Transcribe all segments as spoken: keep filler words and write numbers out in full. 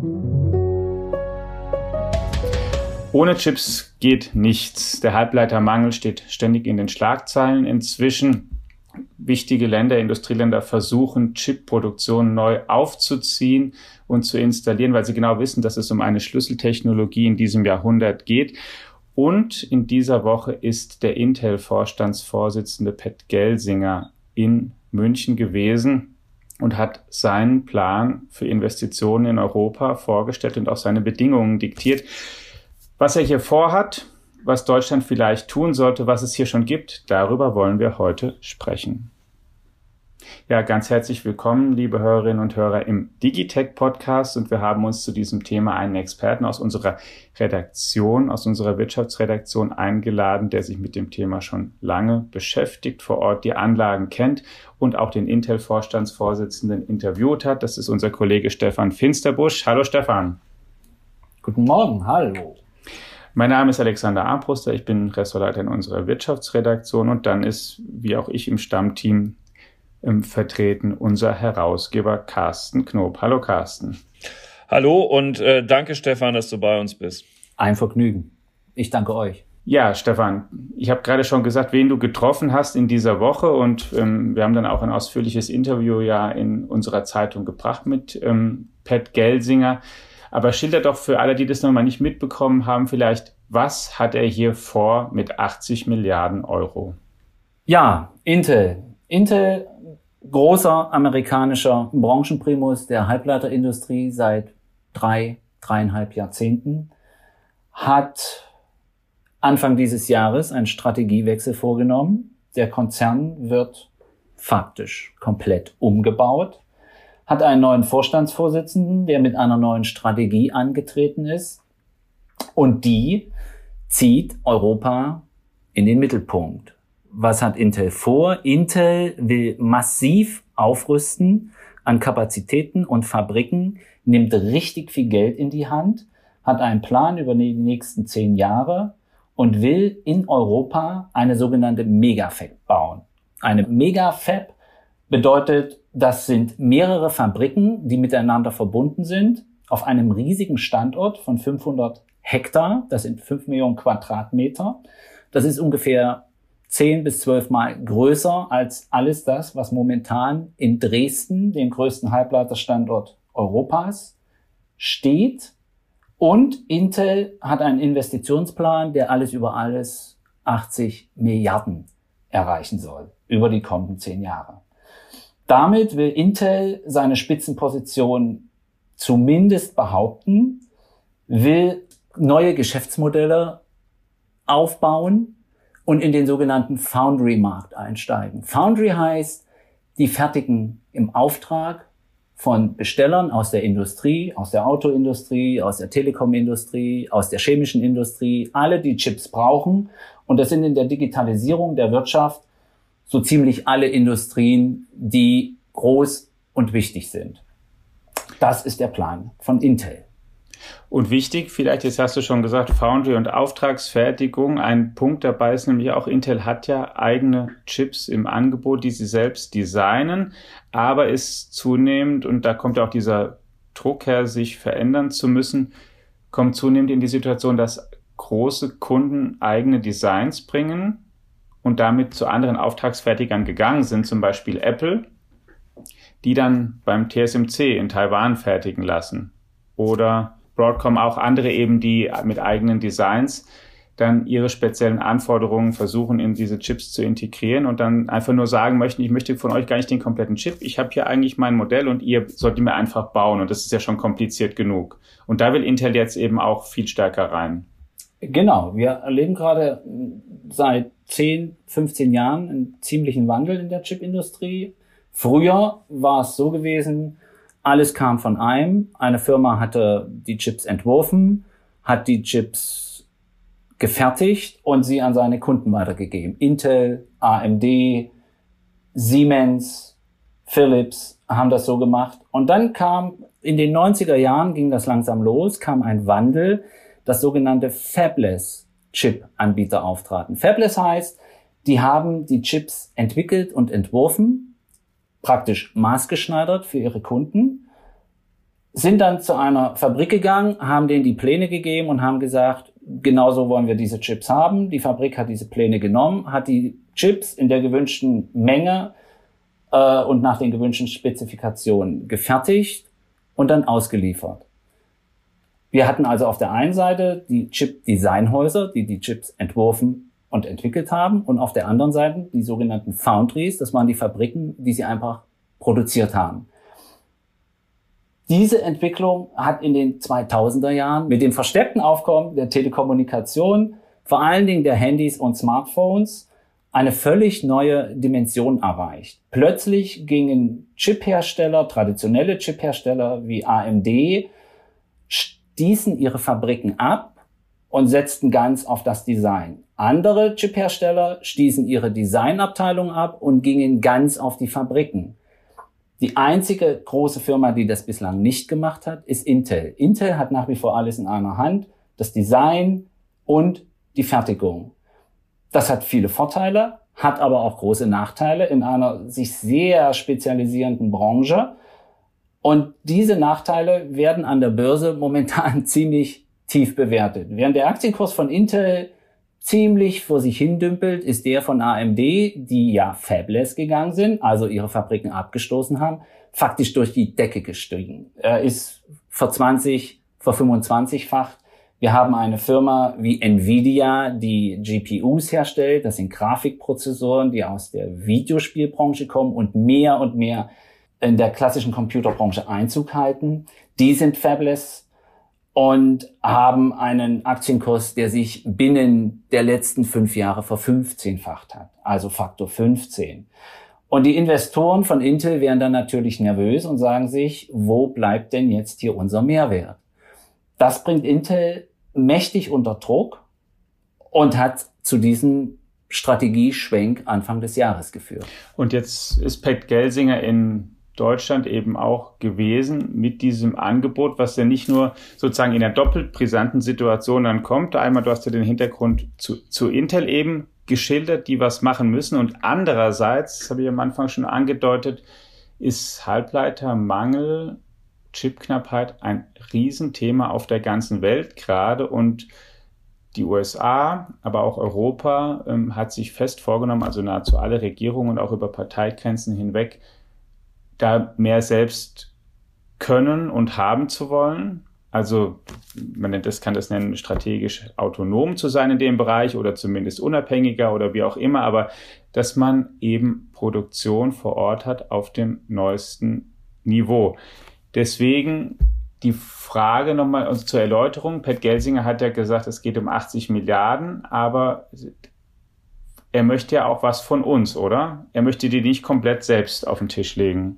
Ohne Chips geht nichts. Der Halbleitermangel steht ständig in den Schlagzeilen. Inzwischen wichtige Länder, Industrieländer versuchen, Chipproduktion neu aufzuziehen und zu installieren, weil sie genau wissen, dass es um eine Schlüsseltechnologie in diesem Jahrhundert geht. Und in dieser Woche ist der Intel-Vorstandsvorsitzende Pat Gelsinger in München gewesen und hat seinen Plan für Investitionen in Europa vorgestellt und auch seine Bedingungen diktiert. Was er hier vorhat, was Deutschland vielleicht tun sollte, was es hier schon gibt, darüber wollen wir heute sprechen. Ja, ganz herzlich willkommen, liebe Hörerinnen und Hörer im Digitech-Podcast, und wir haben uns zu diesem Thema einen Experten aus unserer Redaktion, aus unserer Wirtschaftsredaktion eingeladen, der sich mit dem Thema schon lange beschäftigt, vor Ort die Anlagen kennt und auch den Intel-Vorstandsvorsitzenden interviewt hat. Das ist unser Kollege Stefan Finsterbusch. Hallo Stefan. Guten Morgen, hallo. Mein Name ist Alexander Armbruster, ich bin Ressortleiter in unserer Wirtschaftsredaktion, und dann ist, wie auch ich, im Stammteam ähm, vertreten unser Herausgeber Carsten Knob. Hallo Carsten. Hallo und äh, danke Stefan, dass du bei uns bist. Ein Vergnügen. Ich danke euch. Ja, Stefan, ich habe gerade schon gesagt, wen du getroffen hast in dieser Woche, und ähm, wir haben dann auch ein ausführliches Interview ja in unserer Zeitung gebracht mit ähm, Pat Gelsinger. Aber schilder doch für alle, die das noch mal nicht mitbekommen haben, vielleicht, was hat er hier vor mit achtzig Milliarden Euro? Ja, Intel. Intel, großer amerikanischer Branchenprimus der Halbleiterindustrie seit drei, dreieinhalb Jahrzehnten, hat Anfang dieses Jahres einen Strategiewechsel vorgenommen. Der Konzern wird faktisch komplett umgebaut, hat einen neuen Vorstandsvorsitzenden, der mit einer neuen Strategie angetreten ist, und die zieht Europa in den Mittelpunkt. Was hat Intel vor? Intel will massiv aufrüsten an Kapazitäten und Fabriken, nimmt richtig viel Geld in die Hand, hat einen Plan über die nächsten zehn Jahre und will in Europa eine sogenannte Megafab bauen. Eine Megafab bedeutet, das sind mehrere Fabriken, die miteinander verbunden sind, auf einem riesigen Standort von fünfhundert Hektar. Das sind fünf Millionen Quadratmeter. Das ist ungefähr zehn bis zwölf Mal größer als alles das, was momentan in Dresden, dem größten Halbleiterstandort Europas, steht. Und Intel hat einen Investitionsplan, der alles über alles achtzig Milliarden erreichen soll, über die kommenden zehn Jahre. Damit will Intel seine Spitzenposition zumindest behaupten, will neue Geschäftsmodelle aufbauen und in den sogenannten Foundry-Markt einsteigen. Foundry heißt, die fertigen im Auftrag von Bestellern aus der Industrie, aus der Autoindustrie, aus der Telekom-Industrie, aus der chemischen Industrie, alle, die Chips brauchen. Und das sind in der Digitalisierung der Wirtschaft so ziemlich alle Industrien, die groß und wichtig sind. Das ist der Plan von Intel. Und wichtig, vielleicht, jetzt hast du schon gesagt, Foundry und Auftragsfertigung. Ein Punkt dabei ist nämlich auch, Intel hat ja eigene Chips im Angebot, die sie selbst designen, aber ist zunehmend, und da kommt auch dieser Druck her, sich verändern zu müssen, kommt zunehmend in die Situation, dass große Kunden eigene Designs bringen und damit zu anderen Auftragsfertigern gegangen sind, zum Beispiel Apple, die dann beim T S M C in Taiwan fertigen lassen. Oder Broadcom, auch andere eben, die mit eigenen Designs dann ihre speziellen Anforderungen versuchen, in diese Chips zu integrieren und dann einfach nur sagen möchten, ich möchte von euch gar nicht den kompletten Chip, ich habe hier eigentlich mein Modell und ihr sollt ihn mir einfach bauen, und das ist ja schon kompliziert genug. Und da will Intel jetzt eben auch viel stärker rein. Genau, wir erleben gerade seit zehn, fünfzehn Jahren einen ziemlichen Wandel in der Chipindustrie. Früher war es so gewesen, alles kam von einem. Eine Firma hatte die Chips entworfen, hat die Chips gefertigt und sie an seine Kunden weitergegeben. Intel, A M D, Siemens, Philips haben das so gemacht. Und dann kam, in den neunziger Jahren ging das langsam los, kam ein Wandel, das sogenannte Fabless-Chip-Anbieter auftraten. Fabless heißt, die haben die Chips entwickelt und entworfen, praktisch maßgeschneidert für ihre Kunden, sind dann zu einer Fabrik gegangen, haben denen die Pläne gegeben und haben gesagt, genauso wollen wir diese Chips haben. Die Fabrik hat diese Pläne genommen, hat die Chips in der gewünschten Menge äh, und nach den gewünschten Spezifikationen gefertigt und dann ausgeliefert. Wir hatten also auf der einen Seite die Chip-Designhäuser, die die Chips entworfen und entwickelt haben, und auf der anderen Seite die sogenannten Foundries, das waren die Fabriken, die sie einfach produziert haben. Diese Entwicklung hat in den zweitausender Jahren mit dem verstärkten Aufkommen der Telekommunikation, vor allen Dingen der Handys und Smartphones, eine völlig neue Dimension erreicht. Plötzlich gingen Chiphersteller, traditionelle Chiphersteller wie A M D, stießen ihre Fabriken ab und setzten ganz auf das Design. Andere Chiphersteller stießen ihre Designabteilung ab und gingen ganz auf die Fabriken. Die einzige große Firma, die das bislang nicht gemacht hat, ist Intel. Intel hat nach wie vor alles in einer Hand, das Design und die Fertigung. Das hat viele Vorteile, hat aber auch große Nachteile in einer sich sehr spezialisierenden Branche. Und diese Nachteile werden an der Börse momentan ziemlich tief bewertet. Während der Aktienkurs von Intel ziemlich vor sich hin dümpelt, ist der von A M D, die ja fabless gegangen sind, also ihre Fabriken abgestoßen haben, faktisch durch die Decke gestiegen. Er ist verzwanzig, verfünfundzwanzigfacht. Wir haben eine Firma wie Nvidia, die G P Us herstellt. Das sind Grafikprozessoren, die aus der Videospielbranche kommen und mehr und mehr in der klassischen Computerbranche Einzug halten. Die sind fabless und haben einen Aktienkurs, der sich binnen der letzten fünf Jahre verfünfzehnfacht hat, also Faktor fünfzehn. Und die Investoren von Intel wären dann natürlich nervös und sagen sich, wo bleibt denn jetzt hier unser Mehrwert? Das bringt Intel mächtig unter Druck und hat zu diesem Strategieschwenk Anfang des Jahres geführt. Und jetzt ist Pat Gelsinger in Deutschland eben auch gewesen mit diesem Angebot, was ja nicht nur sozusagen in einer doppelt brisanten Situation dann kommt. Einmal, du hast ja den Hintergrund zu, zu Intel eben geschildert, die was machen müssen. Und andererseits, das habe ich am Anfang schon angedeutet, ist Halbleitermangel, Chipknappheit ein Riesenthema auf der ganzen Welt gerade. Und die U S A, aber auch Europa ähm, hat sich fest vorgenommen, also nahezu alle Regierungen auch über Parteigrenzen hinweg, da mehr selbst können und haben zu wollen. Also man nennt das, kann das nennen, strategisch autonom zu sein in dem Bereich oder zumindest unabhängiger oder wie auch immer, aber dass man eben Produktion vor Ort hat auf dem neuesten Niveau. Deswegen die Frage nochmal also zur Erläuterung. Pat Gelsinger hat ja gesagt, es geht um achtzig Milliarden, aber er möchte ja auch was von uns, oder? Er möchte die nicht komplett selbst auf den Tisch legen.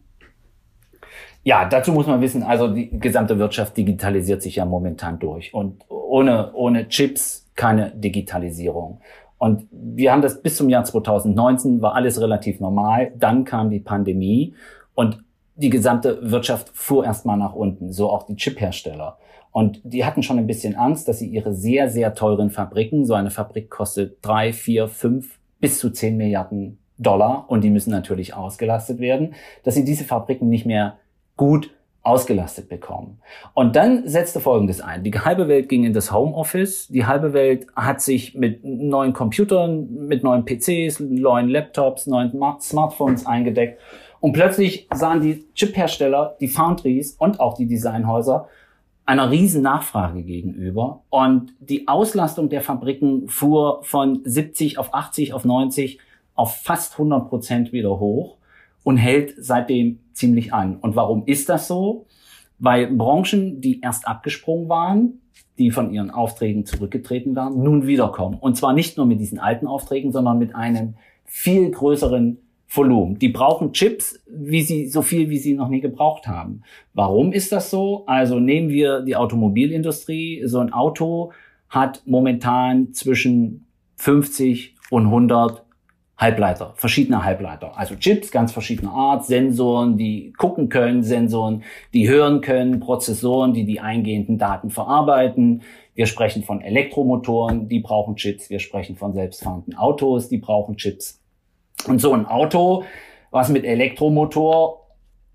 Ja, dazu muss man wissen, also die gesamte Wirtschaft digitalisiert sich ja momentan durch. Und ohne, ohne Chips keine Digitalisierung. Und wir haben das bis zum Jahr zweitausendneunzehn, war alles relativ normal. Dann kam die Pandemie und die gesamte Wirtschaft fuhr erstmal nach unten, so auch die Chiphersteller. Und die hatten schon ein bisschen Angst, dass sie ihre sehr, sehr teuren Fabriken, so eine Fabrik kostet drei, vier, fünf bis zu zehn Milliarden Dollar und die müssen natürlich ausgelastet werden, dass sie diese Fabriken nicht mehr gut ausgelastet bekommen. Und dann setzte Folgendes ein. Die halbe Welt ging in das Homeoffice. Die halbe Welt hat sich mit neuen Computern, mit neuen P Cs, neuen Laptops, neuen Smartphones eingedeckt. Und plötzlich sahen die Chiphersteller, die Foundries und auch die Designhäuser einer riesen Nachfrage gegenüber. Und die Auslastung der Fabriken fuhr von siebzig auf achtzig, auf neunzig, auf fast hundert Prozent wieder hoch und hält seitdem ziemlich an. Und warum ist das so? Weil Branchen, die erst abgesprungen waren, die von ihren Aufträgen zurückgetreten waren, nun wiederkommen. Und zwar nicht nur mit diesen alten Aufträgen, sondern mit einem viel größeren Volumen. Die brauchen Chips, wie sie, so viel, wie sie noch nie gebraucht haben. Warum ist das so? Also nehmen wir die Automobilindustrie. So ein Auto hat momentan zwischen fünfzig und hundert Halbleiter, verschiedene Halbleiter. Also Chips, ganz verschiedener Art, Sensoren, die gucken können, Sensoren, die hören können, Prozessoren, die die eingehenden Daten verarbeiten. Wir sprechen von Elektromotoren, die brauchen Chips. Wir sprechen von selbstfahrenden Autos, die brauchen Chips. Und so ein Auto, was mit Elektromotor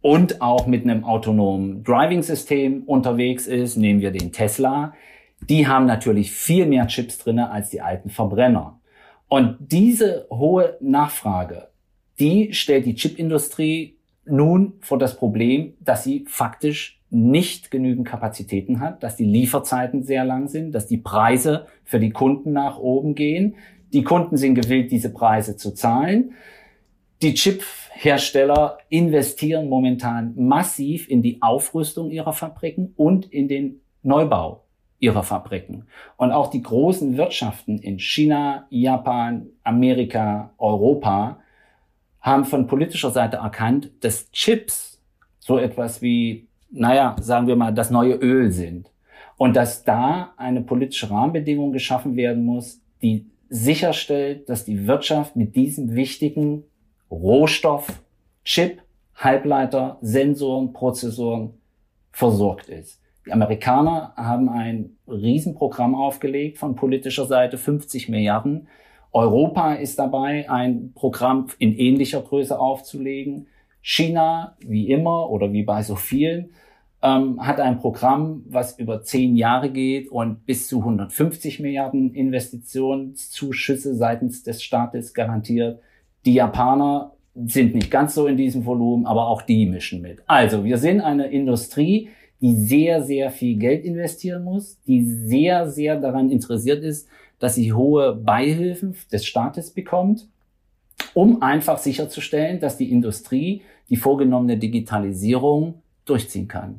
und auch mit einem autonomen Driving-System unterwegs ist, nehmen wir den Tesla, die haben natürlich viel mehr Chips drinne als die alten Verbrenner. Und diese hohe Nachfrage, die stellt die Chipindustrie nun vor das Problem, dass sie faktisch nicht genügend Kapazitäten hat, dass die Lieferzeiten sehr lang sind, dass die Preise für die Kunden nach oben gehen. Die Kunden sind gewillt, diese Preise zu zahlen. Die Chiphersteller investieren momentan massiv in die Aufrüstung ihrer Fabriken und in den Neubau ihrer Fabriken. Und auch die großen Wirtschaften in China, Japan, Amerika, Europa haben von politischer Seite erkannt, dass Chips so etwas wie, naja, sagen wir mal, das neue Öl sind. Und dass da eine politische Rahmenbedingung geschaffen werden muss, die sicherstellt, dass die Wirtschaft mit diesem wichtigen Rohstoff, Chip, Halbleiter, Sensoren, Prozessoren versorgt ist. Die Amerikaner haben ein Riesenprogramm aufgelegt von politischer Seite, fünfzig Milliarden. Europa ist dabei, ein Programm in ähnlicher Größe aufzulegen. China, wie immer oder wie bei so vielen, ähm, hat ein Programm, was über zehn Jahre geht und bis zu hundertfünfzig Milliarden Investitionszuschüsse seitens des Staates garantiert. Die Japaner sind nicht ganz so in diesem Volumen, aber auch die mischen mit. Also wir sind eine Industrie, die sehr, sehr viel Geld investieren muss, die sehr, sehr daran interessiert ist, dass sie hohe Beihilfen des Staates bekommt, um einfach sicherzustellen, dass die Industrie die vorgenommene Digitalisierung durchziehen kann.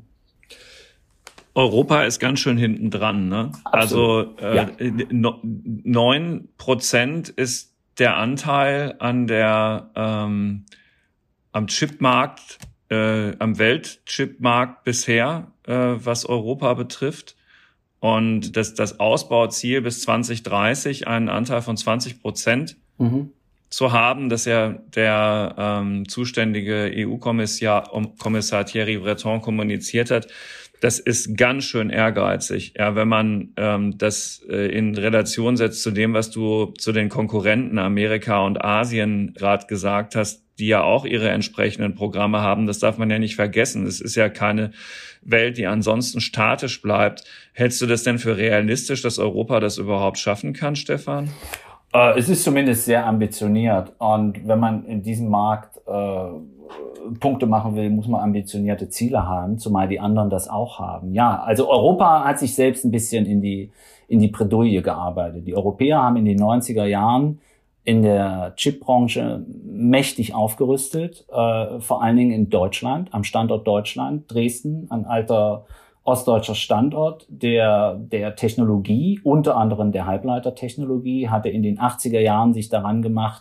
Europa ist ganz schön hinten dran, ne? Absolut. Also äh, Ja. neun Prozent ist der Anteil an der ähm, am Chipmarkt, äh, am Weltchipmarkt bisher, äh, was Europa betrifft. Und das, das Ausbauziel bis zwanzig dreißig, einen Anteil von zwanzig Prozent mhm. zu haben, das ja der ähm, zuständige E U-Kommissar Kommissar Thierry Breton kommuniziert hat, das ist ganz schön ehrgeizig. Ja, wenn man ähm, das äh, in Relation setzt zu dem, was du zu den Konkurrenten Amerika und Asien gerade gesagt hast, die ja auch ihre entsprechenden Programme haben, das darf man ja nicht vergessen. Es ist ja keine Welt, die ansonsten statisch bleibt. Hältst du das denn für realistisch, dass Europa das überhaupt schaffen kann, Stefan? Äh, es ist zumindest sehr ambitioniert. Und wenn man in diesem Markt äh, Punkte machen will, muss man ambitionierte Ziele haben, zumal die anderen das auch haben. Ja, also Europa hat sich selbst ein bisschen in die in die Bredouille gearbeitet. Die Europäer haben in den neunziger Jahren in der Chipbranche mächtig aufgerüstet, äh, vor allen Dingen in Deutschland, am Standort Deutschland, Dresden, ein alter ostdeutscher Standort der der Technologie, unter anderem der Halbleitertechnologie, hatte in den achtziger Jahren sich daran gemacht,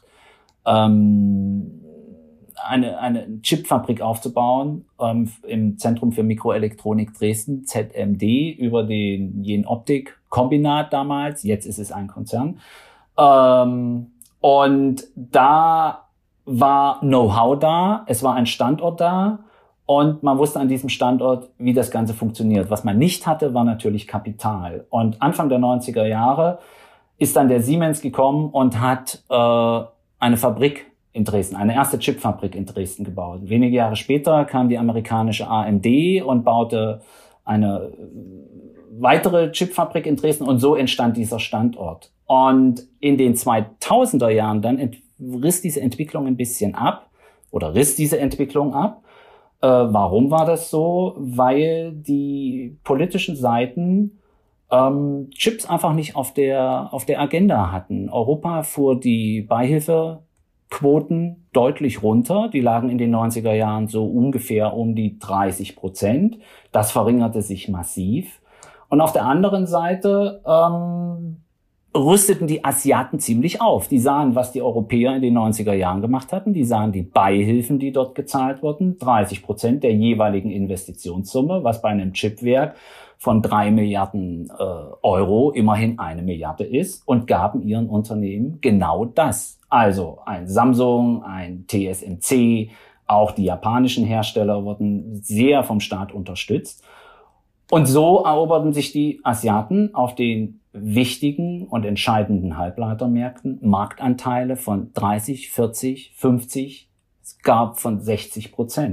ähm, eine eine Chipfabrik aufzubauen ähm, im Zentrum für Mikroelektronik Dresden, Z M D, über den Jenoptik Kombinat damals, jetzt ist es ein Konzern. Ähm, und da war Know-how da, es war ein Standort da und man wusste an diesem Standort, wie das Ganze funktioniert. Was man nicht hatte, war natürlich Kapital. Und Anfang der neunziger Jahre ist dann der Siemens gekommen und hat äh, eine Fabrik in Dresden, eine erste Chipfabrik in Dresden gebaut. Wenige Jahre später kam die amerikanische A M D und baute eine weitere Chipfabrik in Dresden und so entstand dieser Standort. Und in den zweitausender Jahren dann ent- riss diese Entwicklung ein bisschen ab oder riss diese Entwicklung ab. Äh, warum war das so? Weil die politischen Seiten ähm, Chips einfach nicht auf der auf der Agenda hatten. Europa fuhr die Beihilfequoten deutlich runter. Die lagen in den neunziger Jahren so ungefähr um die dreißig Prozent. Das verringerte sich massiv. Und auf der anderen Seite ähm, rüsteten die Asiaten ziemlich auf. Die sahen, was die Europäer in den neunziger Jahren gemacht hatten. Die sahen die Beihilfen, die dort gezahlt wurden, dreißig Prozent der jeweiligen Investitionssumme, was bei einem Chipwerk von drei Milliarden äh, Euro immerhin eine Milliarde ist, und gaben ihren Unternehmen genau das. Also ein Samsung, ein T S M C, auch die japanischen Hersteller wurden sehr vom Staat unterstützt. Und so eroberten sich die Asiaten auf den wichtigen und entscheidenden Halbleitermärkten Marktanteile von dreißig, vierzig, fünfzig, es gab von sechzig Prozent.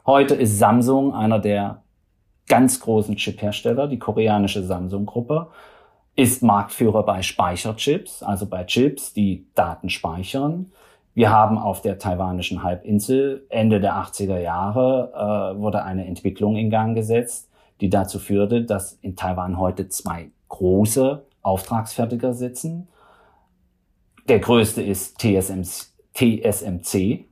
Heute ist Samsung einer der ganz großen Chip-Hersteller, die koreanische Samsung-Gruppe, ist Marktführer bei Speicherchips, also bei Chips, die Daten speichern. Wir haben auf der taiwanischen Halbinsel Ende der achtziger Jahre äh, wurde eine Entwicklung in Gang gesetzt, die dazu führte, dass in Taiwan heute zwei große Auftragsfertiger sitzen. Der größte ist T S M C.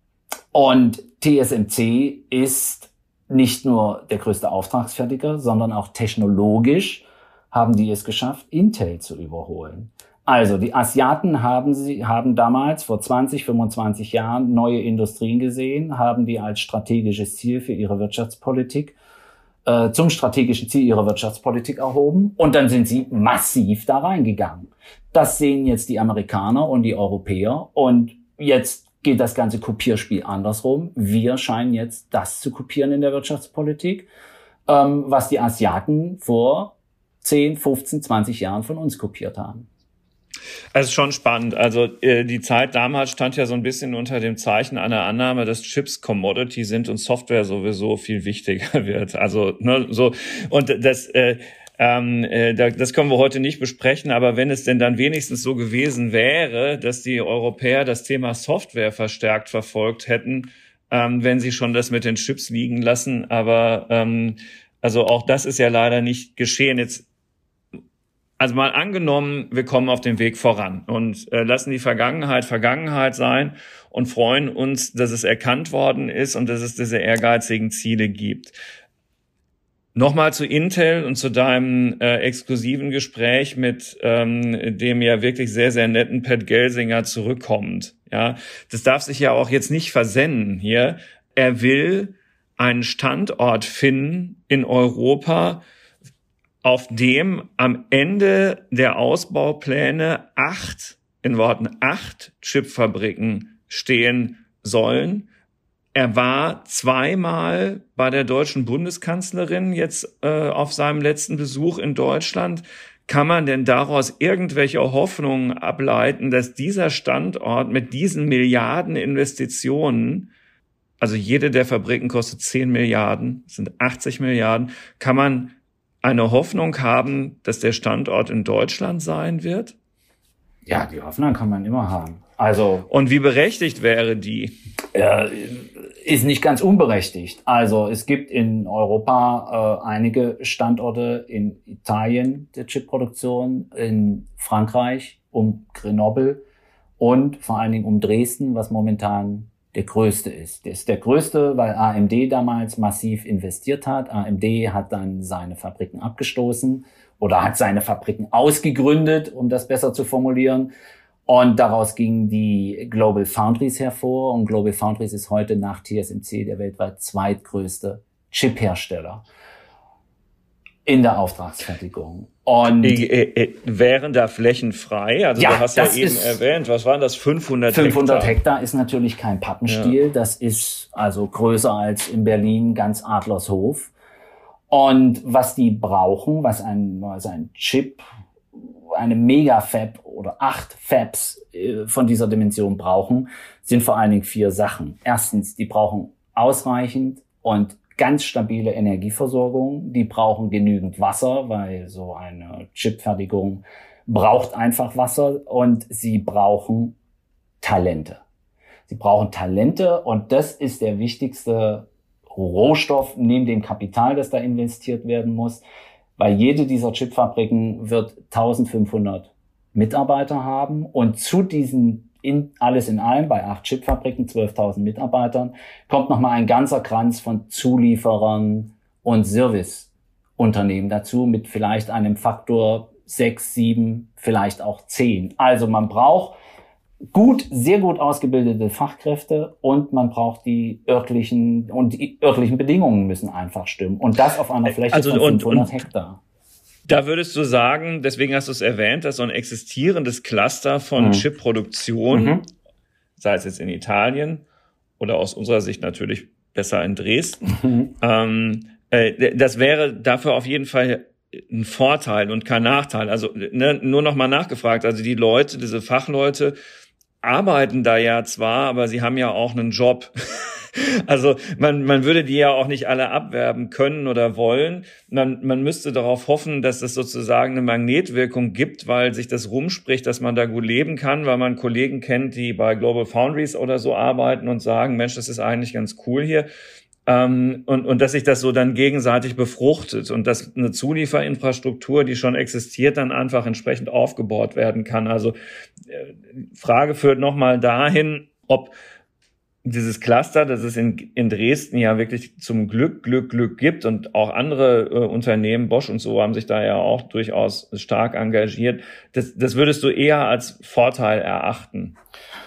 Und T S M C ist nicht nur der größte Auftragsfertiger, sondern auch technologisch haben die es geschafft, Intel zu überholen. Also die Asiaten haben sie haben damals vor zwanzig, fünfundzwanzig Jahren neue Industrien gesehen, haben die als strategisches Ziel für ihre Wirtschaftspolitik äh, zum strategischen Ziel ihrer Wirtschaftspolitik erhoben und dann sind sie massiv da reingegangen. Das sehen jetzt die Amerikaner und die Europäer und jetzt geht das ganze Kopierspiel andersrum. Wir scheinen jetzt das zu kopieren in der Wirtschaftspolitik, ähm, was die Asiaten vor zehn, fünfzehn, zwanzig Jahren von uns kopiert haben. Also schon spannend. Also äh, die Zeit damals stand ja so ein bisschen unter dem Zeichen einer Annahme, dass Chips Commodity sind und Software sowieso viel wichtiger wird. Also ne, so und das äh, ähm, äh, das können wir heute nicht besprechen. Aber wenn es denn dann wenigstens so gewesen wäre, dass die Europäer das Thema Software verstärkt verfolgt hätten, ähm, wenn sie schon das mit den Chips liegen lassen. Aber ähm, also auch das ist ja leider nicht geschehen. Jetzt Also mal angenommen, wir kommen auf den Weg voran und äh, lassen die Vergangenheit Vergangenheit sein und freuen uns, dass es erkannt worden ist und dass es diese ehrgeizigen Ziele gibt. Nochmal zu Intel und zu deinem äh, exklusiven Gespräch mit ähm, dem ja wirklich sehr, sehr netten Pat Gelsinger zurückkommt. Ja, das darf sich ja auch jetzt nicht versenden hier. Er will einen Standort finden in Europa, auf dem am Ende der Ausbaupläne acht, in Worten acht Chipfabriken stehen sollen. Er war zweimal bei der deutschen Bundeskanzlerin jetzt äh, auf seinem letzten Besuch in Deutschland. Kann man denn daraus irgendwelche Hoffnungen ableiten, dass dieser Standort mit diesen Milliarden Investitionen, also jede der Fabriken kostet zehn Milliarden, das sind achtzig Milliarden, kann man eine Hoffnung haben, dass der Standort in Deutschland sein wird? Ja, die Hoffnung kann man immer haben. Also und wie berechtigt wäre die? Äh, ist nicht ganz unberechtigt. Also es gibt in Europa äh, einige Standorte in Italien der Chipproduktion, in Frankreich um Grenoble und vor allen Dingen um Dresden, was momentan der größte ist. Der ist der größte, weil A M D damals massiv investiert hat. A M D hat dann seine Fabriken abgestoßen oder hat seine Fabriken ausgegründet, um das besser zu formulieren. Und daraus gingen die Global Foundries hervor. Und Global Foundries ist heute nach T S M C der weltweit zweitgrößte Chip-Hersteller in der Auftragsfertigung. Und äh, äh, wären da Flächen frei? Also ja, du hast ja eben erwähnt, was waren das, fünfhundert Hektar? fünfhundert Hektar ist natürlich kein Pappenstiel. Ja. Das ist also größer als in Berlin ganz Adlershof. Und was die brauchen, was ein, was ein Chip, eine Mega-Fab oder acht Fabs äh, von dieser Dimension brauchen, sind vor allen Dingen vier Sachen. Erstens, die brauchen ausreichend und ganz stabile Energieversorgung. Die brauchen genügend Wasser, weil so eine Chipfertigung braucht einfach Wasser. Und sie brauchen Talente. Sie brauchen Talente und das ist der wichtigste Rohstoff neben dem Kapital, das da investiert werden muss. Weil jede dieser Chipfabriken wird eintausendfünfhundert Mitarbeiter haben und zu diesen in, alles in allem bei acht Chipfabriken, zwölftausend Mitarbeitern, kommt nochmal ein ganzer Kranz von Zulieferern und Serviceunternehmen dazu mit vielleicht einem Faktor sechs, sieben, vielleicht auch zehn. Also man braucht gut, sehr gut ausgebildete Fachkräfte und man braucht die örtlichen, und die örtlichen Bedingungen müssen einfach stimmen. Und das auf einer Fläche also, von fünfhundert und, und Hektar. Da würdest du sagen, deswegen hast du es erwähnt, dass so ein existierendes Cluster von mhm. Chipproduktion, mhm. sei es jetzt in Italien oder aus unserer Sicht natürlich besser in Dresden, mhm. ähm, äh, das wäre dafür auf jeden Fall ein Vorteil und kein Nachteil. Also ne, nur noch mal nachgefragt, also die Leute, diese Fachleute, arbeiten da ja zwar, aber sie haben ja auch einen Job. Also man, man würde die ja auch nicht alle abwerben können oder wollen. Man, man müsste darauf hoffen, dass es sozusagen eine Magnetwirkung gibt, weil sich das rumspricht, dass man da gut leben kann, weil man Kollegen kennt, die bei Global Foundries oder so arbeiten und sagen, Mensch, das ist eigentlich ganz cool hier. Ähm, und, und dass sich das so dann gegenseitig befruchtet und dass eine Zulieferinfrastruktur, die schon existiert, dann einfach entsprechend aufgebaut werden kann. Also äh, Frage führt nochmal dahin, ob dieses Cluster, das es in, in Dresden ja wirklich zum Glück, Glück, Glück gibt und auch andere äh, Unternehmen, Bosch und so, haben sich da ja auch durchaus stark engagiert. Das, das würdest du eher als Vorteil erachten?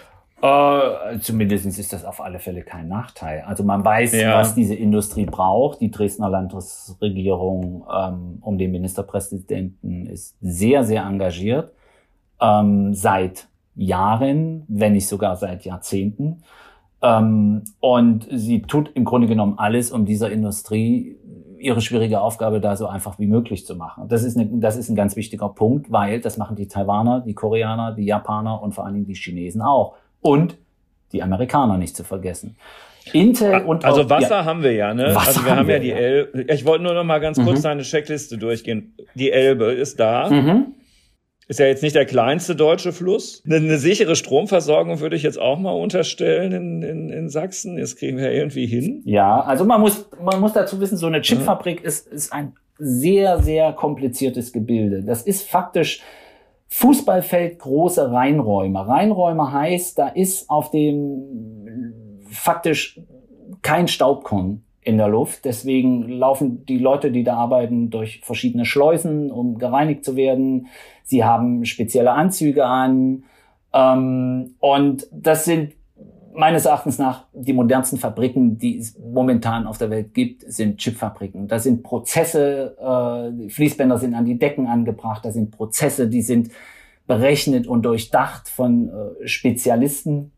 Äh, zumindest ist das auf alle Fälle kein Nachteil. Also man weiß, ja. was diese Industrie braucht. Die Dresdner Landesregierung ähm, um den Ministerpräsidenten ist sehr, sehr engagiert. Ähm, seit Jahren, wenn nicht sogar seit Jahrzehnten. Ähm, und sie tut im Grunde genommen alles, um dieser Industrie ihre schwierige Aufgabe da so einfach wie möglich zu machen. Das ist, eine, das ist ein ganz wichtiger Punkt, weil das machen die Taiwaner, die Koreaner, die Japaner und vor allen Dingen die Chinesen auch. Und die Amerikaner nicht zu vergessen. Intel und also auch, Wasser ja, haben wir ja, ne? Wasser also wir haben haben wir, ja die ja. Elbe. Ich wollte nur noch mal ganz kurz mhm. deine Checkliste durchgehen. Die Elbe ist da. Mhm. Ist ja jetzt nicht der kleinste deutsche Fluss. Eine, eine sichere Stromversorgung würde ich jetzt auch mal unterstellen in, in, in Sachsen. Das kriegen wir irgendwie hin. Ja, also man muss, man muss dazu wissen, so eine Chipfabrik ist, ist ein sehr, sehr kompliziertes Gebilde. Das ist faktisch Fußballfeld große Reinräume. Reinräume heißt, da ist auf dem faktisch kein Staubkorn in der Luft. Deswegen laufen die Leute, die da arbeiten, durch verschiedene Schleusen, um gereinigt zu werden. Sie haben spezielle Anzüge an. Ähm, und das sind meines Erachtens nach die modernsten Fabriken, die es momentan auf der Welt gibt, sind Chipfabriken. Da sind Prozesse, äh, die Fließbänder sind an die Decken angebracht, da sind Prozesse, die sind berechnet und durchdacht von äh, Spezialisten.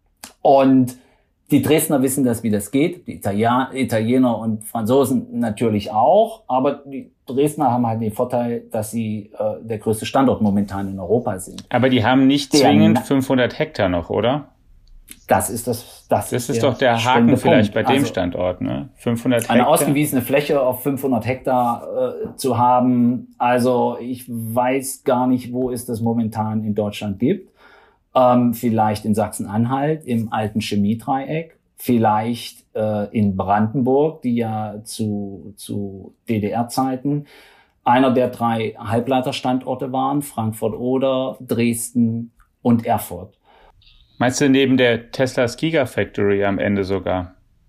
Und die Dresdner wissen das, wie das geht. Die Italiener, Italiener und Franzosen natürlich auch. Aber die Dresdner haben halt den Vorteil, dass sie äh, der größte Standort momentan in Europa sind. Aber die haben nicht der, zwingend fünfhundert Hektar noch, oder? Das ist das, das, das ist, ist doch der Haken vielleicht bei dem also, Standort, ne? fünfhundert Hektar. Eine ausgewiesene Fläche auf fünfhundert Hektar äh, zu haben. Also ich weiß gar nicht, wo es das momentan in Deutschland gibt. Ähm, vielleicht in Sachsen-Anhalt im alten Chemiedreieck, vielleicht äh, in Brandenburg, die ja zu, zu D D R-Zeiten einer der drei Halbleiterstandorte waren, Frankfurt-Oder, Dresden und Erfurt. Meinst du neben der Teslas Gigafactory am Ende sogar?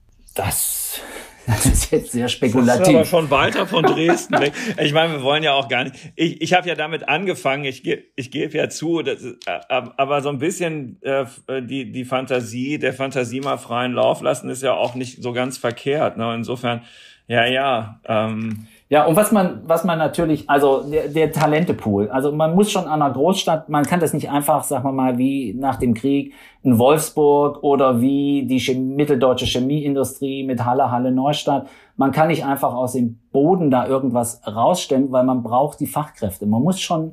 Das, das ist jetzt sehr spekulativ. Das ist aber schon weiter von Dresden weg. Ich meine, wir wollen ja auch gar nicht. Ich, ich habe ja damit angefangen. Ich gebe, ich gebe ja zu, das ist, aber so ein bisschen äh, die die Fantasie, der Fantasie mal freien Lauf lassen, ist ja auch nicht so ganz verkehrt. Ne? Insofern, ja, ja. Ähm, Ja, und was man, was man natürlich, also der, der Talentepool, also man muss schon an einer Großstadt, man kann das nicht einfach, sagen wir mal, wie nach dem Krieg in Wolfsburg oder wie die Chemie, mitteldeutsche Chemieindustrie mit Halle, Halle, Neustadt. Man kann nicht einfach aus dem Boden da irgendwas rausstemmen, weil man braucht die Fachkräfte. Man muss schon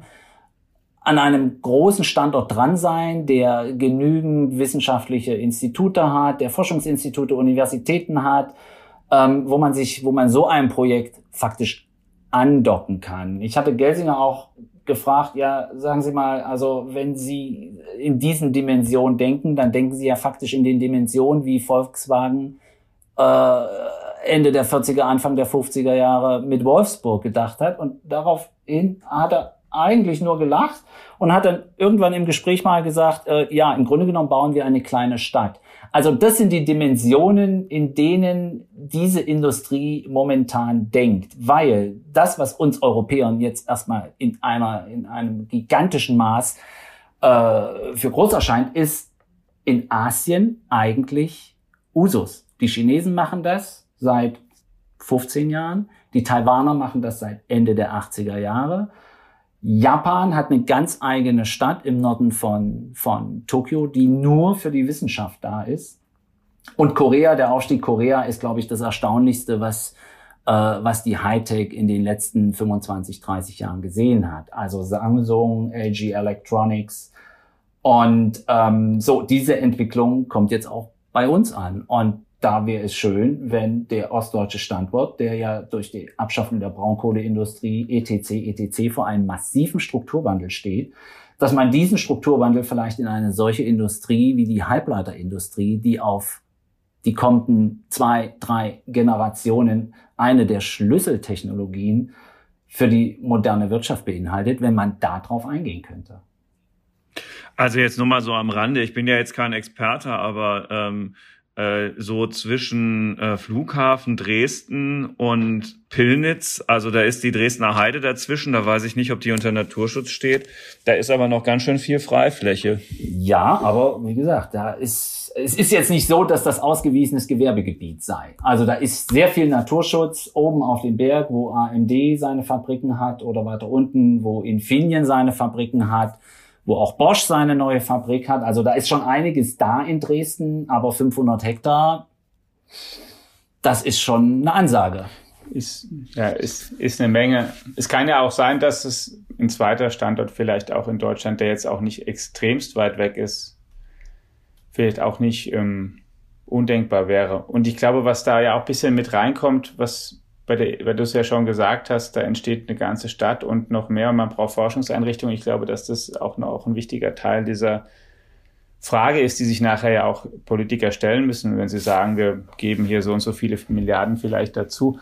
an einem großen Standort dran sein, der genügend wissenschaftliche Institute hat, der Forschungsinstitute, Universitäten hat, ähm, wo man sich, wo man so ein Projekt faktisch andocken kann. Ich hatte Gelsinger auch gefragt, ja, sagen Sie mal, also wenn Sie in diesen Dimensionen denken, dann denken Sie ja faktisch in den Dimensionen, wie Volkswagen äh, Ende der vierziger, Anfang der fünfziger Jahre mit Wolfsburg gedacht hat. Und daraufhin hat er eigentlich nur gelacht und hat dann irgendwann im Gespräch mal gesagt, äh, ja, im Grunde genommen bauen wir eine kleine Stadt. Also das sind die Dimensionen, in denen diese Industrie momentan denkt, weil das, was uns Europäern jetzt erstmal in einer in einem gigantischen Maß äh, für groß erscheint, ist in Asien eigentlich Usus. Die Chinesen machen das seit fünfzehn Jahren, die Taiwaner machen das seit Ende der achtziger Jahre. Japan hat eine ganz eigene Stadt im Norden von, von Tokio, die nur für die Wissenschaft da ist. Und Korea, der Aufstieg Korea ist, glaube ich, das Erstaunlichste, was, äh, was die Hightech in den letzten fünfundzwanzig, dreißig Jahren gesehen hat. Also Samsung, L G Electronics, Und ähm, so, diese Entwicklung kommt jetzt auch bei uns an. Und da wäre es schön, wenn der ostdeutsche Standort, der ja durch die Abschaffung der Braunkohleindustrie et cetera et cetera vor einem massiven Strukturwandel steht, dass man diesen Strukturwandel vielleicht in eine solche Industrie wie die Halbleiterindustrie, die auf die kommenden zwei, drei Generationen eine der Schlüsseltechnologien für die moderne Wirtschaft beinhaltet, wenn man darauf eingehen könnte. Also jetzt nur mal so am Rande, ich bin ja jetzt kein Experte, aber ähm, äh, so zwischen äh, Flughafen Dresden und Pillnitz, also da ist die Dresdner Heide dazwischen, da weiß ich nicht, ob die unter Naturschutz steht, da ist aber noch ganz schön viel Freifläche. Ja, aber wie gesagt, da ist es ist jetzt nicht so, dass das ausgewiesenes Gewerbegebiet sei. Also da ist sehr viel Naturschutz oben auf dem Berg, wo A M D seine Fabriken hat, oder weiter unten, wo Infineon seine Fabriken hat, wo auch Bosch seine neue Fabrik hat. Also da ist schon einiges da in Dresden, aber fünfhundert Hektar, das ist schon eine Ansage. Ist, ja, ist, ist eine Menge. Es kann ja auch sein, dass es ein zweiter Standort vielleicht auch in Deutschland, der jetzt auch nicht extremst weit weg ist, vielleicht auch nicht ähm, undenkbar wäre. Und ich glaube, was da ja auch ein bisschen mit reinkommt, was bei der, weil du es ja schon gesagt hast, da entsteht eine ganze Stadt und noch mehr und man braucht Forschungseinrichtungen. Ich glaube, dass das auch noch auch ein wichtiger Teil dieser Frage ist, die sich nachher ja auch Politiker stellen müssen, wenn sie sagen, wir geben hier so und so viele Milliarden vielleicht dazu.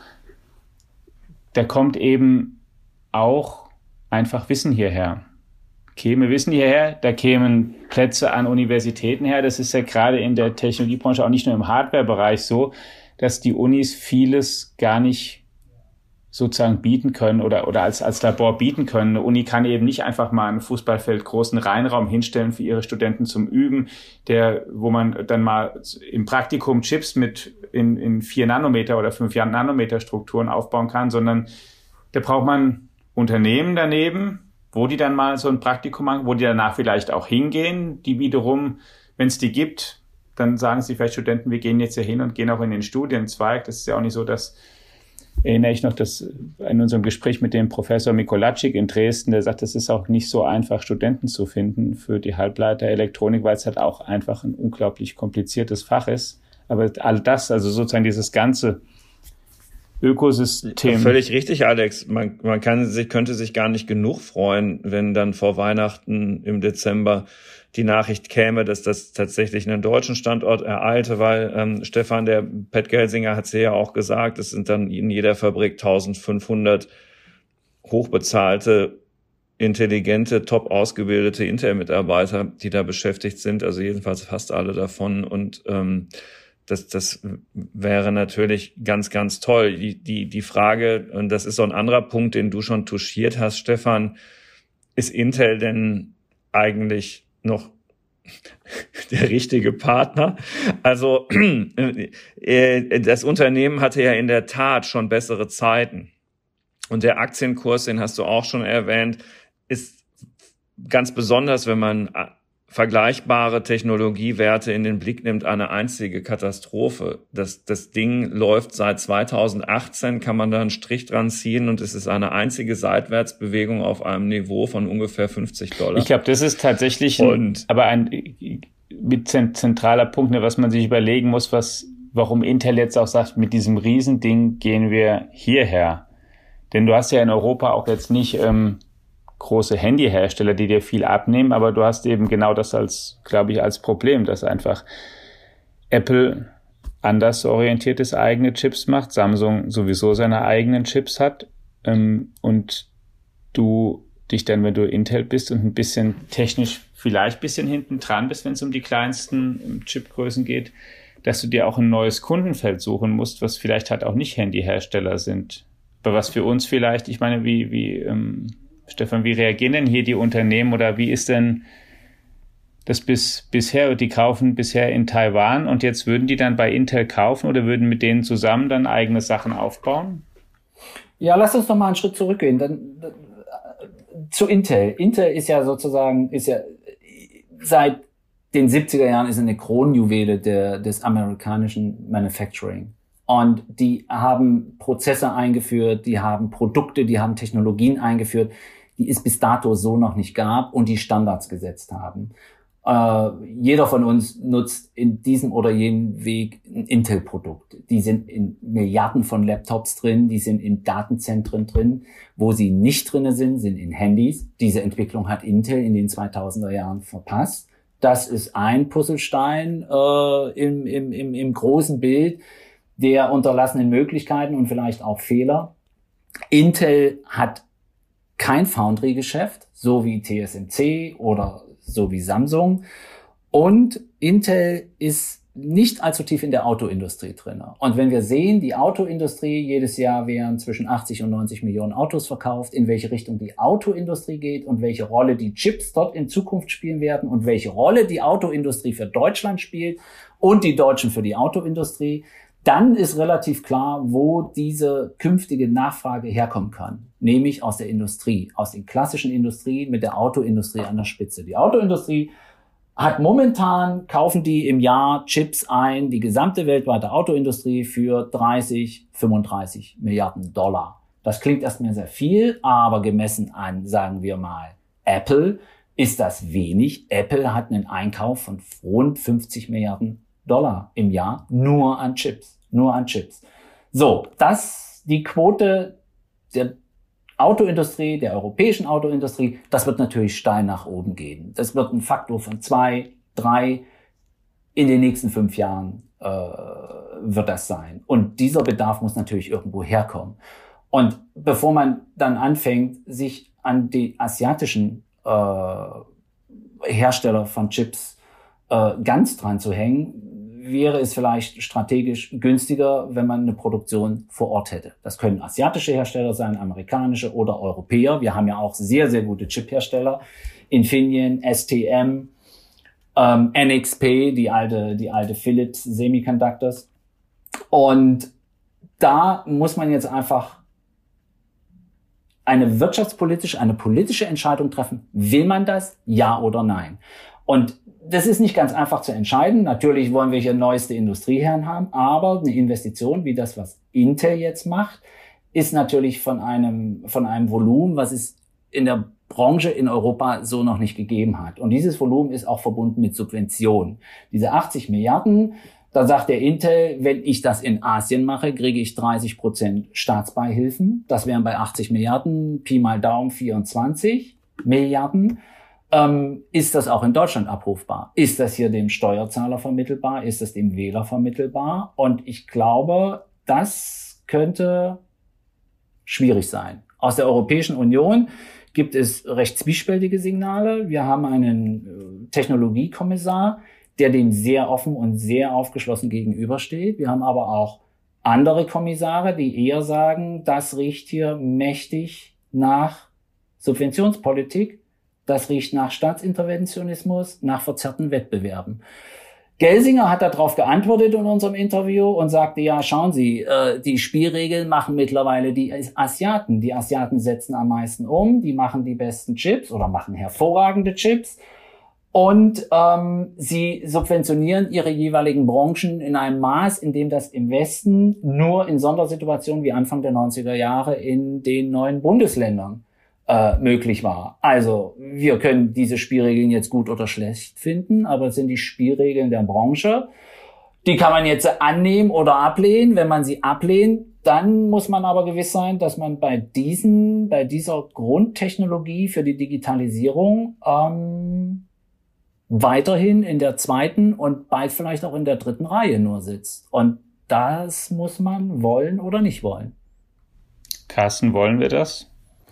Da kommt eben auch einfach Wissen hierher. Käme Wissen hierher, da kämen Plätze an Universitäten her. Das ist ja gerade in der Technologiebranche, auch nicht nur im Hardware-Bereich so, dass die Unis vieles gar nicht sozusagen bieten können oder, oder als, als Labor bieten können. Eine Uni kann eben nicht einfach mal ein Fußballfeld großen Reinraum hinstellen für ihre Studenten zum Üben, der, wo man dann mal im Praktikum Chips mit in, in vier Nanometer oder fünf Nanometer Strukturen aufbauen kann, sondern da braucht man Unternehmen daneben, wo die dann mal so ein Praktikum machen, wo die danach vielleicht auch hingehen, die wiederum, wenn es die gibt, dann sagen sie vielleicht Studenten, wir gehen jetzt hier hin und gehen auch in den Studienzweig. Das ist ja auch nicht so, dass, erinnere ich noch, dass in unserem Gespräch mit dem Professor Mikolacik in Dresden, der sagt, es ist auch nicht so einfach, Studenten zu finden für die Halbleiterelektronik, weil es halt auch einfach ein unglaublich kompliziertes Fach ist. Aber all das, also sozusagen dieses ganze Ökosystem. Völlig richtig, Alex. Man, man kann sich, könnte sich gar nicht genug freuen, wenn dann vor Weihnachten im Dezember die Nachricht käme, dass das tatsächlich einen deutschen Standort ereilte, weil ähm, Stefan, der Pat Gelsinger, hat es ja auch gesagt, es sind dann in jeder Fabrik eintausendfünfhundert hochbezahlte, intelligente, top ausgebildete Intel-Mitarbeiter, die da beschäftigt sind, also jedenfalls fast alle davon. Und ähm, Das, das wäre natürlich ganz, ganz toll. Die, die, die Frage, und das ist so ein anderer Punkt, den du schon touchiert hast, Stefan, ist Intel denn eigentlich noch der richtige Partner? Also, das Unternehmen hatte ja in der Tat schon bessere Zeiten. Und der Aktienkurs, den hast du auch schon erwähnt, ist ganz besonders, wenn man vergleichbare Technologiewerte in den Blick nimmt, eine einzige Katastrophe. Das, das Ding läuft seit zweitausendachtzehn, kann man da einen Strich dran ziehen und es ist eine einzige Seitwärtsbewegung auf einem Niveau von ungefähr fünfzig Dollar. Ich glaube, das ist tatsächlich ein, aber ein mit zentraler Punkt, was man sich überlegen muss, was, warum Intel jetzt auch sagt, mit diesem Riesending gehen wir hierher. Denn du hast ja in Europa auch jetzt nicht ähm, große Handyhersteller, die dir viel abnehmen, aber du hast eben genau das als, glaube ich, als Problem, dass einfach Apple anders orientiertes eigene Chips macht, Samsung sowieso seine eigenen Chips hat ähm, und du dich dann, wenn du Intel bist und ein bisschen technisch vielleicht ein bisschen hinten dran bist, wenn es um die kleinsten Chipgrößen geht, dass du dir auch ein neues Kundenfeld suchen musst, was vielleicht halt auch nicht Handyhersteller sind. Aber was für uns vielleicht, ich meine, wie, wie ähm, Stefan, wie reagieren denn hier die Unternehmen oder wie ist denn das bis bisher? Die kaufen bisher in Taiwan und jetzt würden die dann bei Intel kaufen oder würden mit denen zusammen dann eigene Sachen aufbauen? Ja, lass uns noch mal einen Schritt zurückgehen. Dann, dann zu Intel. Intel ist ja sozusagen, ist ja seit den siebziger Jahren ist eine Kronjuwele der, des amerikanischen Manufacturing. Und die haben Prozesse eingeführt, die haben Produkte, die haben Technologien eingeführt, die es bis dato so noch nicht gab und die Standards gesetzt haben. Äh, jeder von uns nutzt in diesem oder jenem Weg ein Intel-Produkt. Die sind in Milliarden von Laptops drin, die sind in Datenzentren drin. Wo sie nicht drin sind, sind in Handys. Diese Entwicklung hat Intel in den zweitausender Jahren verpasst. Das ist ein Puzzlestein äh, im, im, im, im großen Bild der unterlassenen Möglichkeiten und vielleicht auch Fehler. Intel hat kein Foundry-Geschäft, so wie T S M C oder so wie Samsung. Und Intel ist nicht allzu tief in der Autoindustrie drin. Und wenn wir sehen, die Autoindustrie, jedes Jahr werden zwischen achtzig und neunzig Millionen Autos verkauft, in welche Richtung die Autoindustrie geht und welche Rolle die Chips dort in Zukunft spielen werden und welche Rolle die Autoindustrie für Deutschland spielt und die Deutschen für die Autoindustrie, dann ist relativ klar, wo diese künftige Nachfrage herkommen kann. Nämlich aus der Industrie, aus den klassischen Industrien mit der Autoindustrie an der Spitze. Die Autoindustrie hat momentan, kaufen die im Jahr Chips ein, die gesamte weltweite Autoindustrie für dreißig, fünfunddreißig Milliarden Dollar. Das klingt erstmal sehr viel, aber gemessen an, sagen wir mal, Apple ist das wenig. Apple hat einen Einkauf von rund fünfzig Milliarden Dollar im Jahr nur an Chips, nur an Chips. So, das, die Quote der Autoindustrie, der europäischen Autoindustrie, das wird natürlich steil nach oben gehen. Das wird ein Faktor von zwei, drei in den nächsten fünf Jahren äh, wird das sein. Und dieser Bedarf muss natürlich irgendwo herkommen. Und bevor man dann anfängt, sich an die asiatischen äh, Hersteller von Chips äh, ganz dran zu hängen, wäre es vielleicht strategisch günstiger, wenn man eine Produktion vor Ort hätte. Das können asiatische Hersteller sein, amerikanische oder Europäer. Wir haben ja auch sehr, sehr gute Chip-Hersteller. Infineon, S T M, ähm, N X P, die alte, die alte Philips Semiconductors. Und da muss man jetzt einfach eine wirtschaftspolitische, eine politische Entscheidung treffen. Will man das? Ja oder nein? Und das ist nicht ganz einfach zu entscheiden. Natürlich wollen wir hier neueste Industrieherren haben, aber eine Investition wie das, was Intel jetzt macht, ist natürlich von einem, von einem Volumen, was es in der Branche in Europa so noch nicht gegeben hat. Und dieses Volumen ist auch verbunden mit Subventionen. Diese achtzig Milliarden, da sagt der Intel, wenn ich das in Asien mache, kriege ich dreißig Prozent Staatsbeihilfen. Das wären bei achtzig Milliarden, Pi mal Daumen vierundzwanzig Milliarden. Ähm, ist das auch in Deutschland abrufbar? Ist das hier dem Steuerzahler vermittelbar? Ist das dem Wähler vermittelbar? Und ich glaube, das könnte schwierig sein. Aus der Europäischen Union gibt es recht zwiespältige Signale. Wir haben einen Technologiekommissar, der dem sehr offen und sehr aufgeschlossen gegenübersteht. Wir haben aber auch andere Kommissare, die eher sagen, das riecht hier mächtig nach Subventionspolitik. Das riecht nach Staatsinterventionismus, nach verzerrten Wettbewerben. Gelsinger hat darauf geantwortet in unserem Interview und sagte, ja, schauen Sie, äh, die Spielregeln machen mittlerweile die Asiaten. Die Asiaten setzen am meisten um, die machen die besten Chips oder machen hervorragende Chips. Und ähm, sie subventionieren ihre jeweiligen Branchen in einem Maß, in dem das im Westen nur in Sondersituationen wie Anfang der neunziger Jahre in den neuen Bundesländern Äh, möglich war. Also wir können diese Spielregeln jetzt gut oder schlecht finden, aber es sind die Spielregeln der Branche. Die kann man jetzt annehmen oder ablehnen. Wenn man sie ablehnt, dann muss man aber gewiss sein, dass man bei diesen, bei dieser Grundtechnologie für die Digitalisierung ähm, weiterhin in der zweiten und bald vielleicht auch in der dritten Reihe nur sitzt. Und das muss man wollen oder nicht wollen. Carsten, wollen wir das?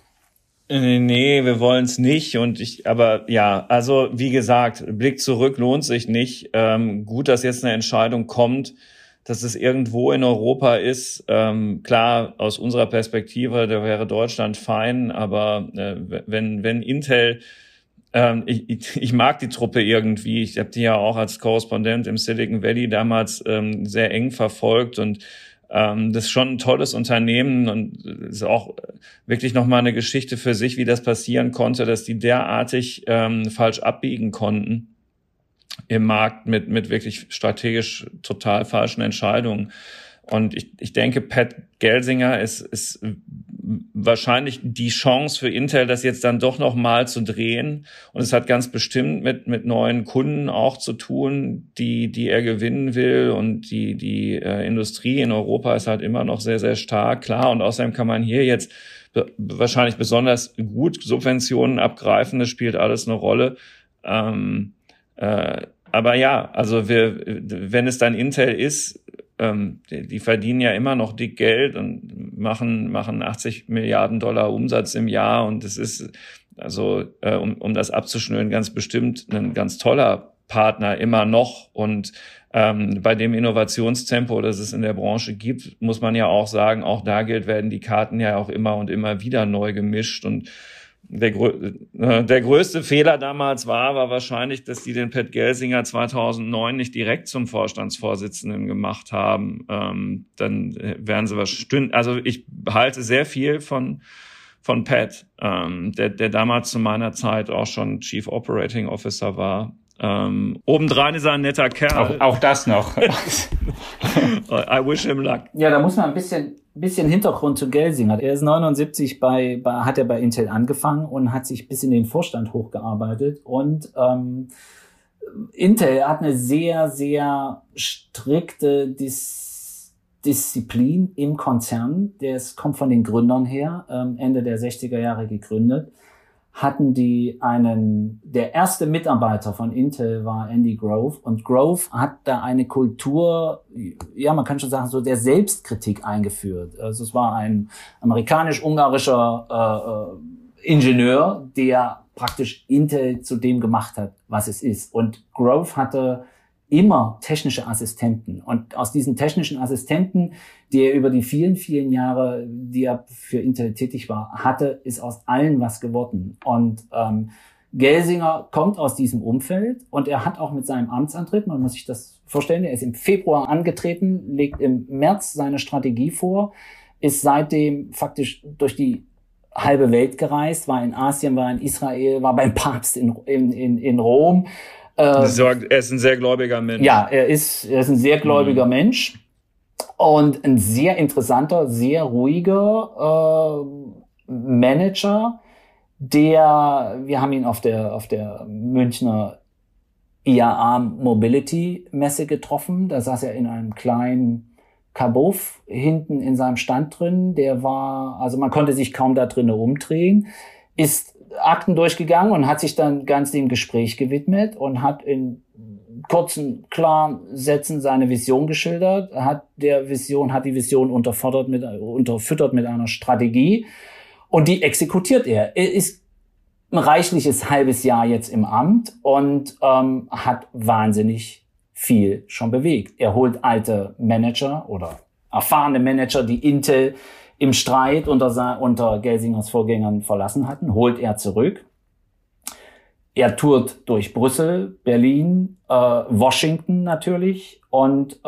Nee, wir wollen es nicht. Und ich, aber ja, also wie gesagt, Blick zurück lohnt sich nicht. Ähm, gut, dass jetzt eine Entscheidung kommt, dass es irgendwo in Europa ist. Ähm, klar, aus unserer Perspektive, da wäre Deutschland fein, aber äh, wenn wenn Intel, ähm, ich, ich, ich mag die Truppe irgendwie. Ich habe die ja auch als Korrespondent im Silicon Valley damals ähm, sehr eng verfolgt und Ähm, das ist schon ein tolles Unternehmen und ist auch wirklich nochmal eine Geschichte für sich, wie das passieren konnte, dass die derartig ähm, falsch abbiegen konnten im Markt mit mit wirklich strategisch total falschen Entscheidungen. Und ich, ich denke, Pat Gelsinger ist, ist wahrscheinlich die Chance für Intel, das jetzt dann doch noch mal zu drehen. Und es hat ganz bestimmt mit mit neuen Kunden auch zu tun, die die er gewinnen will. Und die die äh, Industrie in Europa ist halt immer noch sehr, sehr stark, klar. Und außerdem kann man hier jetzt be- wahrscheinlich besonders gut Subventionen abgreifen. Das spielt alles eine Rolle. Ähm, äh, aber ja, also wir, wenn es dann Intel ist, ähm, die, die verdienen ja immer noch dick Geld und machen machen achtzig Milliarden Dollar Umsatz im Jahr, und es ist also äh, um um das abzuschnüren ganz bestimmt ein ganz toller Partner immer noch. Und ähm, bei dem Innovationstempo, das es in der Branche gibt, muss man ja auch sagen, auch da gilt, werden die Karten ja auch immer und immer wieder neu gemischt. Und Der, äh, der größte Fehler damals war, war wahrscheinlich, dass die den Pat Gelsinger zweitausendneun nicht direkt zum Vorstandsvorsitzenden gemacht haben. Ähm, dann wären sie wahrscheinlich, also ich halte sehr viel von von Pat, ähm, der, der damals zu meiner Zeit auch schon Chief Operating Officer war. Ähm, obendrein ist er ein netter Kerl. Auch, auch das noch. I wish him luck. Ja, da muss man ein bisschen, bisschen Hintergrund zu Gelsinger. Er ist neunundsiebzig bei, bei, hat er bei Intel angefangen und hat sich bis in den Vorstand hochgearbeitet. Und ähm, Intel hat eine sehr, sehr strikte Dis- Disziplin im Konzern. Das kommt von den Gründern her, ähm, Ende der sechziger Jahre gegründet. Hatten die einen, der erste Mitarbeiter von Intel war Andy Grove, und Grove hat da eine Kultur, ja, man kann schon sagen, so der Selbstkritik eingeführt. Also es war ein amerikanisch-ungarischer äh, Ingenieur, der praktisch Intel zu dem gemacht hat, was es ist. Und Grove hatte immer technische Assistenten. Und aus diesen technischen Assistenten, die er über die vielen, vielen Jahre, die er für Intel tätig war, hatte, ist aus allen was geworden. Und ähm, Gelsinger kommt aus diesem Umfeld, und er hat auch mit seinem Amtsantritt, man muss sich das vorstellen, er ist im Februar angetreten, legt im März seine Strategie vor, ist seitdem faktisch durch die halbe Welt gereist, war in Asien, war in Israel, war beim Papst in, in, in, in Rom. Er ist ein sehr gläubiger Mensch. Ja, er ist, er ist ein sehr gläubiger mhm. Mensch und ein sehr interessanter, sehr ruhiger äh, Manager, der, wir haben ihn auf der auf der Münchner I A A Mobility Messe getroffen. Da saß er in einem kleinen Kabuff hinten in seinem Stand drin. Der war, also man konnte sich kaum da drinnen umdrehen, ist Akten durchgegangen und hat sich dann ganz dem Gespräch gewidmet und hat in kurzen, klaren Sätzen seine Vision geschildert, hat der Vision, hat die Vision unterfüttert mit, unterfüttert mit einer Strategie, und die exekutiert er. Er ist ein reichliches halbes Jahr jetzt im Amt und ähm, hat wahnsinnig viel schon bewegt. Er holt alte Manager oder erfahrene Manager, die Intel im Streit unter, unter Gelsingers Vorgängern verlassen hatten, holt er zurück. Er tourt durch Brüssel, Berlin, äh, Washington natürlich, und äh,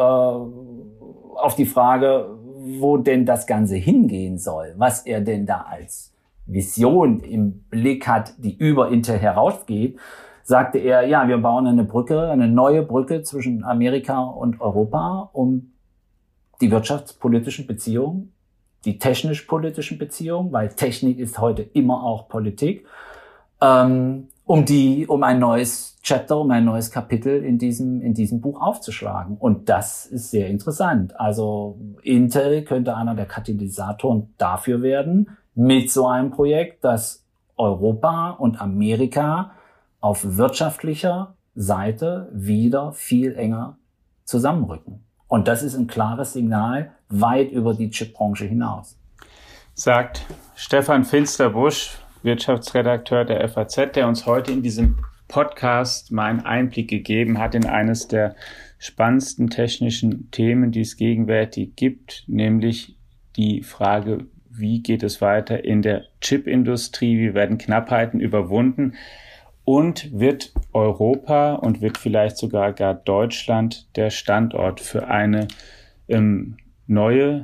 auf die Frage, wo denn das Ganze hingehen soll, was er denn da als Vision im Blick hat, die über Intel herausgeht, sagte er, ja, wir bauen eine Brücke, eine neue Brücke zwischen Amerika und Europa, um die wirtschaftspolitischen Beziehungen, die technisch-politischen Beziehungen, weil Technik ist heute immer auch Politik, ähm, um die, um ein neues Chapter, um ein neues Kapitel in diesem, in diesem Buch aufzuschlagen. Und das ist sehr interessant. Also Intel könnte einer der Katalysatoren dafür werden, mit so einem Projekt, dass Europa und Amerika auf wirtschaftlicher Seite wieder viel enger zusammenrücken. Und das ist ein klares Signal weit über die Chipbranche hinaus. Sagt Stefan Finsterbusch, Wirtschaftsredakteur der F A Z, der uns heute in diesem Podcast mal einen Einblick gegeben hat in eines der spannendsten technischen Themen, die es gegenwärtig gibt, nämlich die Frage, wie geht es weiter in der Chipindustrie, wie werden Knappheiten überwunden und wird Europa und wird vielleicht sogar gar Deutschland der Standort für eine ähm, neue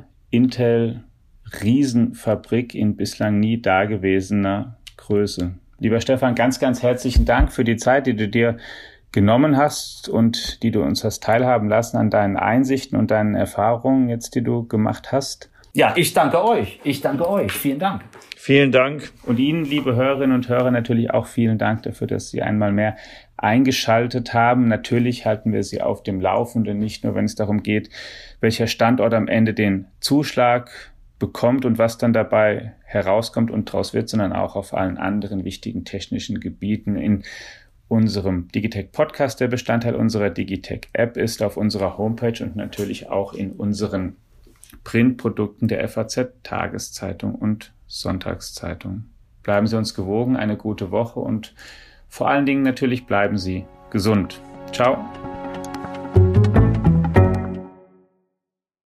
Intel-Riesenfabrik in bislang nie dagewesener Größe. Lieber Stefan, ganz, ganz herzlichen Dank für die Zeit, die du dir genommen hast und die du uns hast teilhaben lassen an deinen Einsichten und deinen Erfahrungen jetzt, die du gemacht hast. Ja, ich danke euch. Ich danke euch. Vielen Dank. Vielen Dank. Und Ihnen, liebe Hörerinnen und Hörer, natürlich auch vielen Dank dafür, dass Sie einmal mehr eingeschaltet haben. Natürlich halten wir Sie auf dem Laufenden, nicht nur, wenn es darum geht, welcher Standort am Ende den Zuschlag bekommt und was dann dabei herauskommt und draus wird, sondern auch auf allen anderen wichtigen technischen Gebieten in unserem Digitech Podcast, der Bestandteil unserer Digitech App ist, auf unserer Homepage und natürlich auch in unseren Printprodukten der F A Z, Tageszeitung und Sonntagszeitung. Bleiben Sie uns gewogen, eine gute Woche und vor allen Dingen natürlich bleiben Sie gesund. Ciao.